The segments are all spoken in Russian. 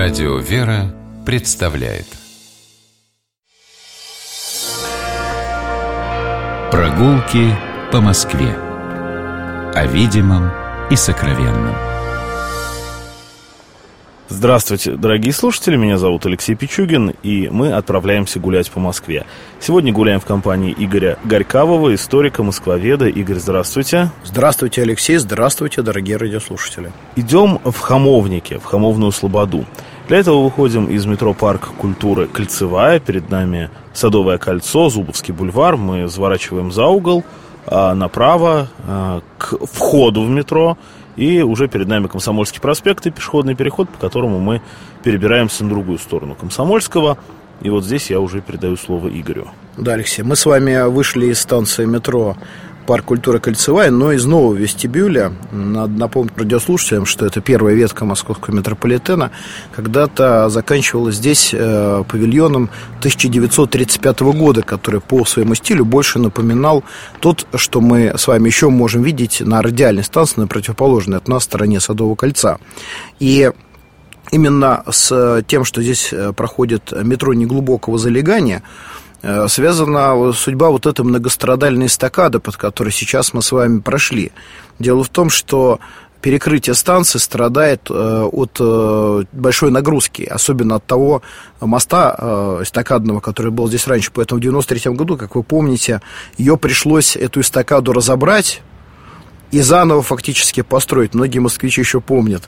Радио «Вера» представляет прогулки по Москве. О видимом и сокровенном. Здравствуйте, дорогие слушатели, меня зовут Алексей Пичугин, и мы отправляемся гулять по Москве. Сегодня гуляем в компании Игоря Горькавого, историка, москвоведа. Игорь, здравствуйте. Здравствуйте, Алексей, здравствуйте, дорогие радиослушатели. Идем в Хамовники, в Хамовную Слободу. Для этого выходим из метро «Парк культуры» Кольцевая. Перед нами Садовое кольцо, Зубовский бульвар. Мы заворачиваем за угол, направо, к входу в метро. И уже перед нами Комсомольский проспект и пешеходный переход, по которому мы перебираемся на другую сторону Комсомольского. И вот здесь я уже передаю слово Игорю. Да, Алексей, мы с вами вышли из станции метро «Парк культуры Кольцевая», но из нового вестибюля. Надо напомнить радиослушателям, что это первая ветка московского метрополитена. Когда-то заканчивалась здесь павильоном 1935 года, который по своему стилю больше напоминал тот, что мы с вами еще можем видеть на радиальной станции, на противоположной от нас стороне Садового кольца. И именно с тем, что здесь проходит метро неглубокого залегания, связана судьба вот этой многострадальной эстакады, под которой сейчас мы с вами прошли. Дело в том, что перекрытие станции страдает от большой нагрузки, особенно от того моста эстакадного, который был здесь раньше. Поэтому в 1993 году, как вы помните, ее пришлось, эту эстакаду, разобрать и заново фактически построить. Многие москвичи еще помнят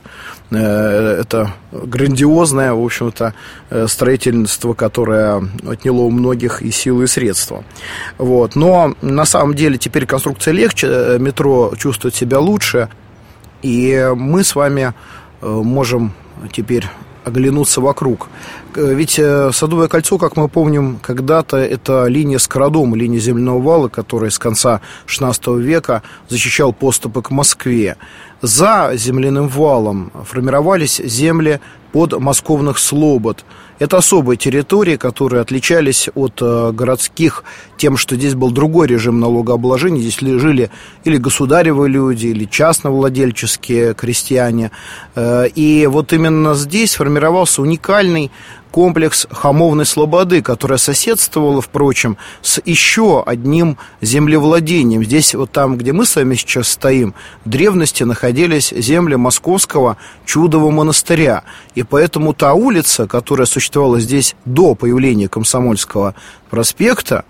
это грандиозное, в общем-то, строительство, которое отняло у многих и силы, и средства. Вот. Но на самом деле теперь конструкция легче, метро чувствует себя лучше, и мы с вами можем теперь оглянуться вокруг. Ведь Садовое кольцо, как мы помним, когда-то это линия скородома, линия земляного вала, которая с конца XVI века защищал подступы к Москве. За земляным валом формировались земли подмосковных слобод. Это особые территории, которые отличались от городских тем, что здесь был другой режим налогообложения. Здесь жили или государевы люди, или частновладельческие крестьяне. И вот именно здесь формировался уникальный комплекс Хамовной Слободы, которая соседствовала, впрочем, с еще одним землевладением. Здесь, вот там, где мы с вами сейчас стоим, в древности находились земли Московского Чудового монастыря. И поэтому та улица, которая существовала здесь до появления Комсомольского проспекта,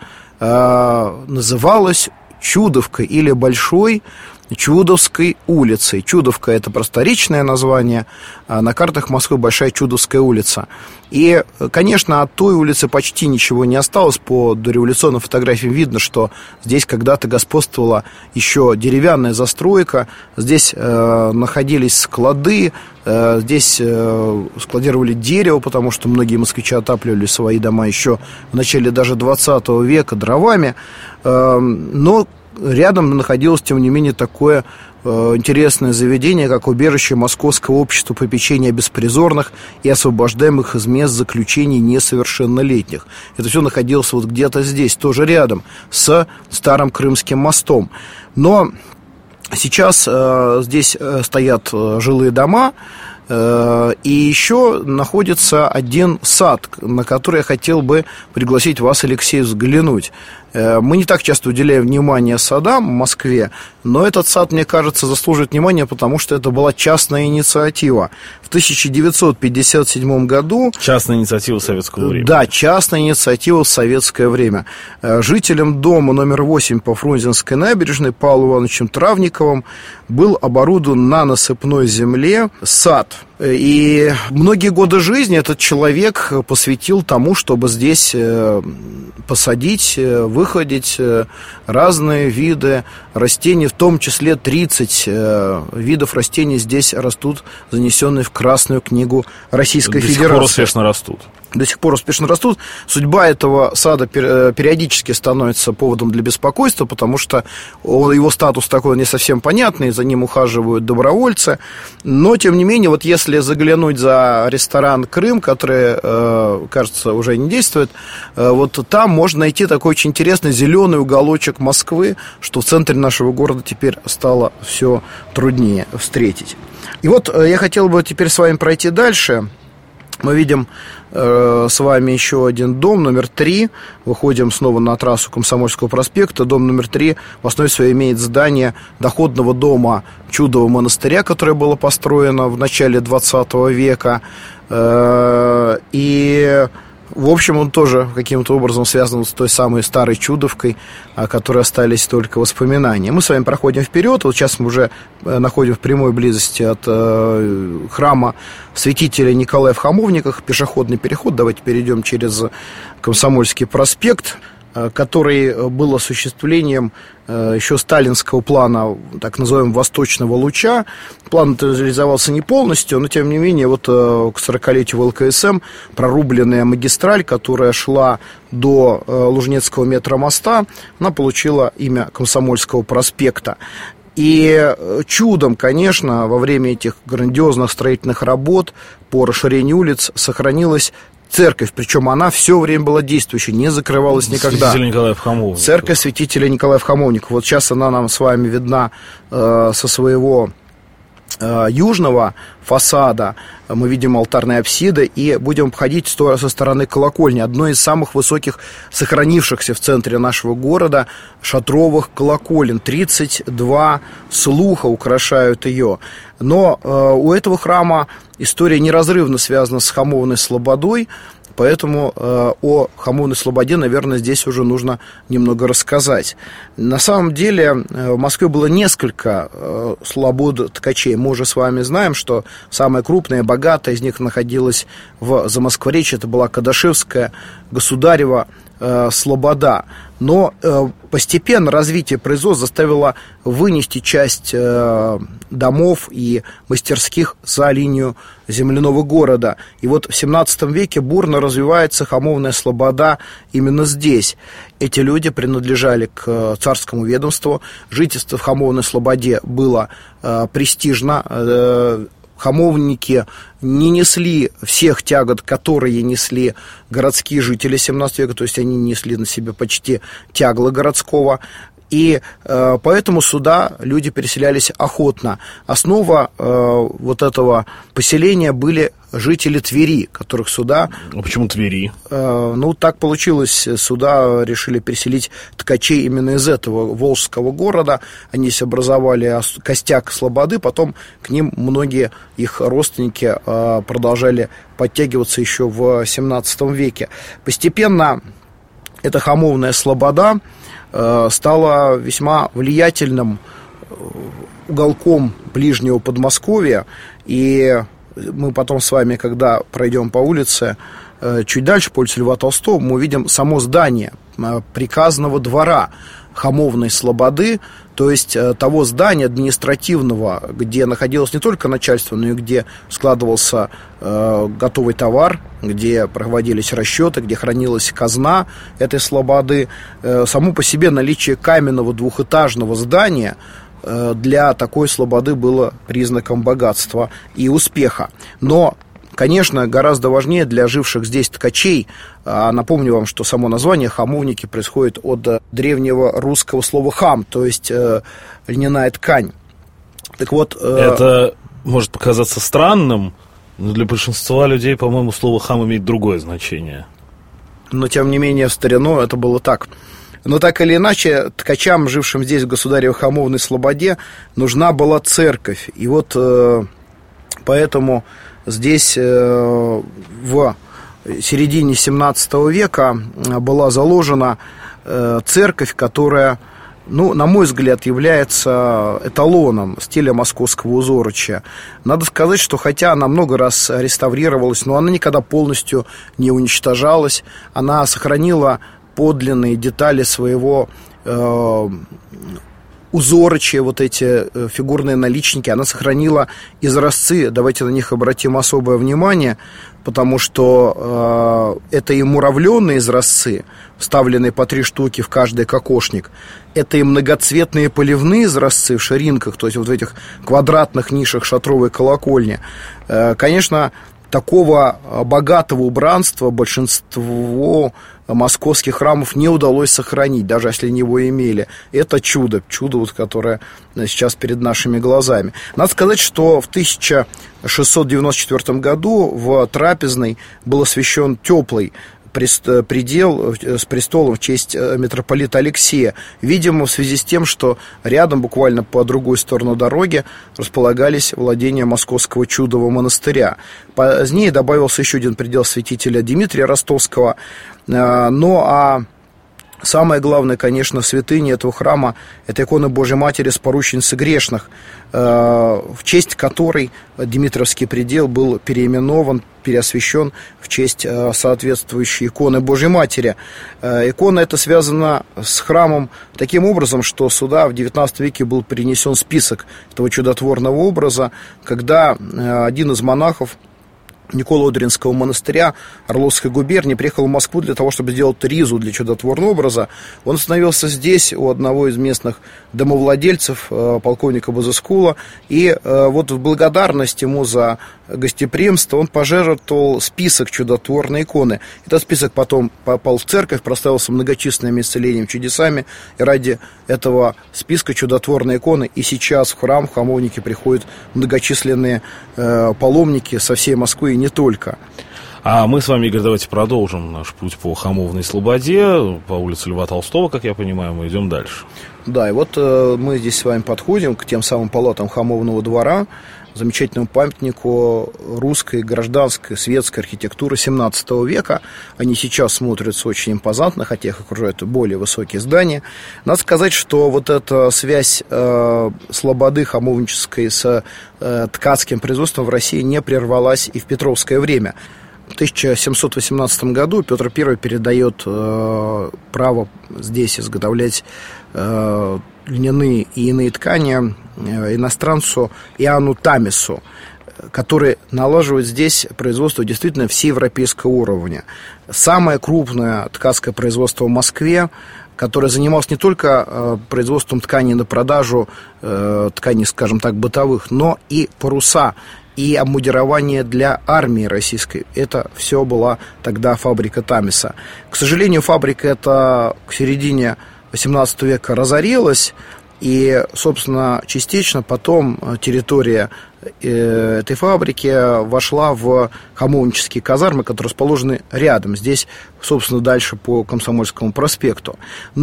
называлась Чудовкой или Большой Чудовской улицей. Чудовка — это просторечное название, а на картах Москвы Большая Чудовская улица. И, конечно, от той улицы почти ничего не осталось. По дореволюционным фотографиям видно, что здесь когда-то господствовала еще деревянная застройка. Здесь находились склады, здесь складировали дерево, потому что многие москвичи отапливали свои дома еще в начале даже 20 века дровами. Но рядом находилось, тем не менее, такое интересное заведение, как убежище Московского общества попечения о беспризорных и освобождаемых из мест заключений несовершеннолетних. Это все находилось вот где-то здесь, тоже рядом с Старым Крымским мостом. Но сейчас здесь стоят жилые дома, и еще находится один сад, на который я хотел бы пригласить вас, Алексей, взглянуть. Мы не так часто уделяем внимание садам в Москве, но этот сад, мне кажется, заслуживает внимания, потому что это была частная инициатива. В 1957 году... Частная инициатива советского времени. Да, частная инициатива в советское время. Жителем дома номер 8 по Фрунзенской набережной Павлом Ивановичем Травниковым был оборудован на насыпной земле сад. И многие годы жизни этот человек посвятил тому, чтобы здесь посадить, выходить разные виды растений, в том числе 30 видов растений здесь растут, занесенные в Красную книгу Российской Федерации. До сих пор успешно растут. До сих пор успешно растут. Судьба этого сада периодически становится поводом для беспокойства, потому что его статус такой не совсем понятный, за ним ухаживают добровольцы. Но, тем не менее, вот если заглянуть за ресторан «Крым», который, кажется, уже не действует, вот там можно найти такой очень интересный зеленый уголочек Москвы, что в центре нашего города теперь стало все труднее встретить. И вот я хотел бы теперь с вами пройти дальше. Мы видим с вами еще один дом, номер 3. Выходим снова на трассу Комсомольского проспекта. Дом номер 3 в основе своей имеет здание доходного дома Чудового монастыря, которое было построено в начале 20 века. И, в общем, он тоже каким-то образом связан с той самой старой Чудовкой, о которой остались только воспоминания. Мы с вами проходим вперед. Вот сейчас мы уже находим в прямой близости от храма святителя Николая в Хамовниках пешеходный переход. Давайте перейдем через Комсомольский проспект, который был осуществлением еще сталинского плана, так называемого «Восточного луча». План реализовался не полностью, но, тем не менее, вот к 40-летию ВЛКСМ прорубленная магистраль, которая шла до Лужнецкого метромоста, она получила имя Комсомольского проспекта. И чудом, конечно, во время этих грандиозных строительных работ по расширению улиц сохранилась церковь, причем она все время была действующей, не закрывалась никогда. Святителя Николая в Хамовниках. Церковь святителя Николая в Хамовниках. Вот сейчас она нам с вами видна со своего южного фасада. Мы видим алтарные апсиды и будем обходить со стороны колокольни, одной из самых высоких сохранившихся в центре нашего города шатровых колоколен. 32 слуха украшают ее. Но у этого храма история неразрывно связана с Хамовной слободой, поэтому о Хамовной слободе, наверное, здесь уже нужно немного рассказать. На самом деле в Москве было несколько слобод ткачей. Мы уже с вами знаем, что самая крупная, богатая из них находилась в Замоскворечье. Это была Кадашевская, Государева слобода. Но постепенно развитие производства заставило вынести часть домов и мастерских за линию земляного города. И вот в 17 веке бурно развивается Хамовная слобода именно здесь. Эти люди принадлежали к царскому ведомству. Жительство в Хамовной слободе было престижно. Хамовники не несли всех тягот, которые несли городские жители 17 века, то есть они несли на себе почти тягло городского. И поэтому сюда люди переселялись охотно. Основа вот этого поселения были жители Твери, которых сюда... А почему Твери? Ну, так получилось. Сюда решили переселить ткачей именно из этого волжского города. Они образовали костяк слободы, потом к ним многие их родственники продолжали подтягиваться еще в 17 веке. Постепенно эта Хамовная слобода стала весьма влиятельным уголком ближнего Подмосковья. И мы потом с вами, когда пройдем по улице чуть дальше, по улице Льва Толстого, мы увидим само здание приказного двора Хамовной слободы, то есть того здания административного, где находилось не только начальство, но и где складывался готовый товар, где проводились расчеты, где хранилась казна этой слободы. Само по себе наличие каменного двухэтажного здания для такой слободы было признаком богатства и успеха. Но, конечно, гораздо важнее для живших здесь ткачей, напомню вам, что само название «хамовники» происходит от древнего русского слова «хам», то есть льняная ткань. Так вот, это может показаться странным, но для большинства людей, по-моему, слово «хам» имеет другое значение. Но, тем не менее, в старину это было так. Но так или иначе, ткачам, жившим здесь, в Государевой Хамовной слободе, нужна была церковь. И вот поэтому здесь в середине 17 века была заложена церковь, которая, ну, на мой взгляд, является эталоном стиля московского узорочья. Надо сказать, что хотя она много раз реставрировалась, но она никогда полностью не уничтожалась. Она сохранила подлинные детали своего узорочья, вот эти фигурные наличники. Она сохранила изразцы, давайте на них обратим особое внимание, потому что это и муравленные изразцы, вставленные по 3 штуки в каждый кокошник, это и многоцветные поливные изразцы в ширинках, то есть вот в этих квадратных нишах шатровой колокольни. Конечно, такого богатого убранства большинство московских храмов не удалось сохранить, даже если они его имели. Это чудо, вот, которое сейчас перед нашими глазами. Надо сказать, что в 1694 году в Трапезной был освящен теплый предел с престолом в честь митрополита Алексея. Видимо, в связи с тем, что рядом, буквально по другой сторону дороги, располагались владения Московского чудового монастыря. Позднее добавился еще один предел святителя Дмитрия Ростовского. Самое главное, конечно, святыня этого храма – это икона Божьей Матери с порученицы грешных, в честь которой Дмитровский предел был переименован, переосвящен в честь соответствующей иконы Божьей Матери. Икона эта связана с храмом таким образом, что сюда в XIX веке был перенесен список этого чудотворного образа, когда один из монахов Николо-Одринского монастыря Орловской губернии приехал в Москву для того, чтобы сделать ризу для чудотворного образа. Он остановился здесь у одного из местных домовладельцев, полковника Базыскула, и вот в благодарность ему за гостеприимство он пожертвовал список чудотворной иконы. Этот список потом попал в церковь, прославился многочисленными исцелениями, чудесами, и ради этого списка чудотворной иконы и сейчас в храм, в Хамовники приходят многочисленные паломники со всей Москвы и не только. А мы с вами, Игорь, давайте продолжим наш путь по Хамовной Слободе, по улице Льва Толстого, как я понимаю, мы идем дальше. Да, и вот мы здесь с вами подходим к тем самым палатам Хамовного двора, замечательному памятнику русской, гражданской, светской архитектуры 17 века. Они сейчас смотрятся очень импозантно, хотя их окружают более высокие здания. Надо сказать, что вот эта связь слободы хамовнической с ткацким производством в России не прервалась и в петровское время. В 1718 году Петр I передает право здесь изготовлять льняные и иные ткани иностранцу Иоанну Тамису, который налаживает здесь производство действительно всеевропейского уровня. Самое крупное ткацкое производство в Москве, которое занималось не только производством тканей на продажу, тканей, скажем так, бытовых, но и паруса, и обмундирование для армии российской. Это все была тогда фабрика Тамиса. К сожалению, фабрика эта к середине XVIII века разорилась, и, собственно, частично потом территория этой фабрики вошла в хамовнические казармы, которые расположены рядом, здесь, собственно, дальше по Комсомольскому проспекту.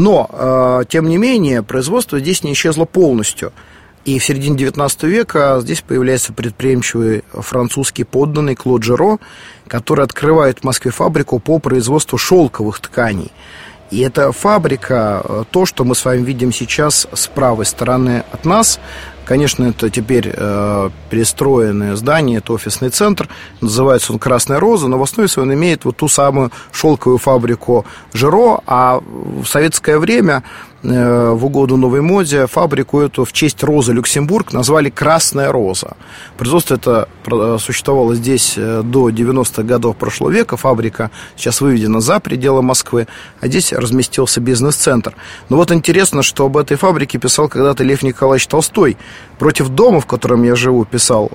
Но, тем не менее, производство здесь не исчезло полностью. И в середине XIX века здесь появляется предприимчивый французский подданный Клод Жиро, который открывает в Москве фабрику по производству шелковых тканей. И эта фабрика, то, что мы с вами видим сейчас с правой стороны от нас, конечно, это теперь перестроенное здание, это офисный центр, называется он «Красная роза», но в основе своей он имеет вот ту самую шелковую фабрику Жиро, а в советское время, в угоду новой моде, фабрику эту в честь Розы Люксембург назвали «Красная роза». Производство это существовало здесь до 90-х годов прошлого века, фабрика сейчас выведена за пределы Москвы, а здесь разместился бизнес-центр. Но вот интересно, что об этой фабрике писал когда-то Лев Николаевич Толстой. Против дома, в котором я живу, писал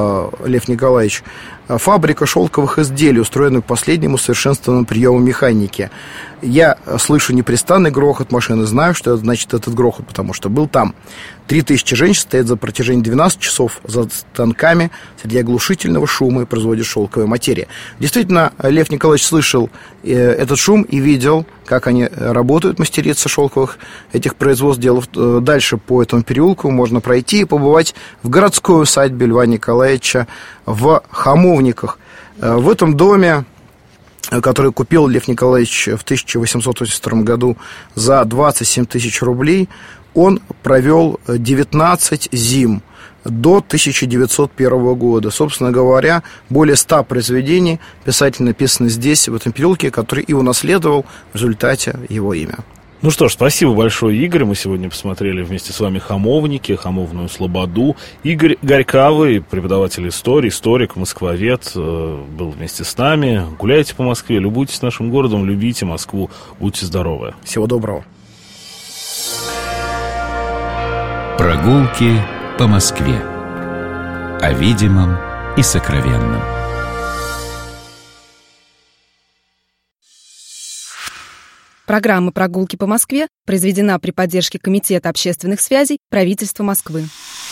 Лев Николаевич, фабрика шелковых изделий, устроенная к последнему совершенствованному приему механики. Я слышу непрестанный грохот машины, знаю, что это значит этот грохот, потому что был там. 3000 женщин стоят за протяжении 12 часов за станками среди оглушительного шума и производят шелковые материи. Действительно, Лев Николаевич слышал этот шум и видел, как они работают, мастерицы шелковых этих производств. Дальше по этому переулку можно пройти и побывать в городской усадьбе Льва Николаевича в Хамовниках. В этом доме, который купил Лев Николаевич в 1882 году за 27 тысяч рублей, он провел 19 зим до 1901 года. Собственно говоря, более 100 произведений писатель написано здесь, в этом переулке, который и унаследовал в результате его имя. Ну что ж, спасибо большое, Игорь. Мы сегодня посмотрели вместе с вами Хамовники, Хамовную Слободу. Игорь Горькавый, преподаватель истории, историк, москвовед, был вместе с нами. Гуляйте по Москве, любуйтесь нашим городом, любите Москву, будьте здоровы. Всего доброго. Прогулки по Москве. О видимом и сокровенном. Программа «Прогулки по Москве» произведена при поддержке Комитета общественных связей правительства Москвы.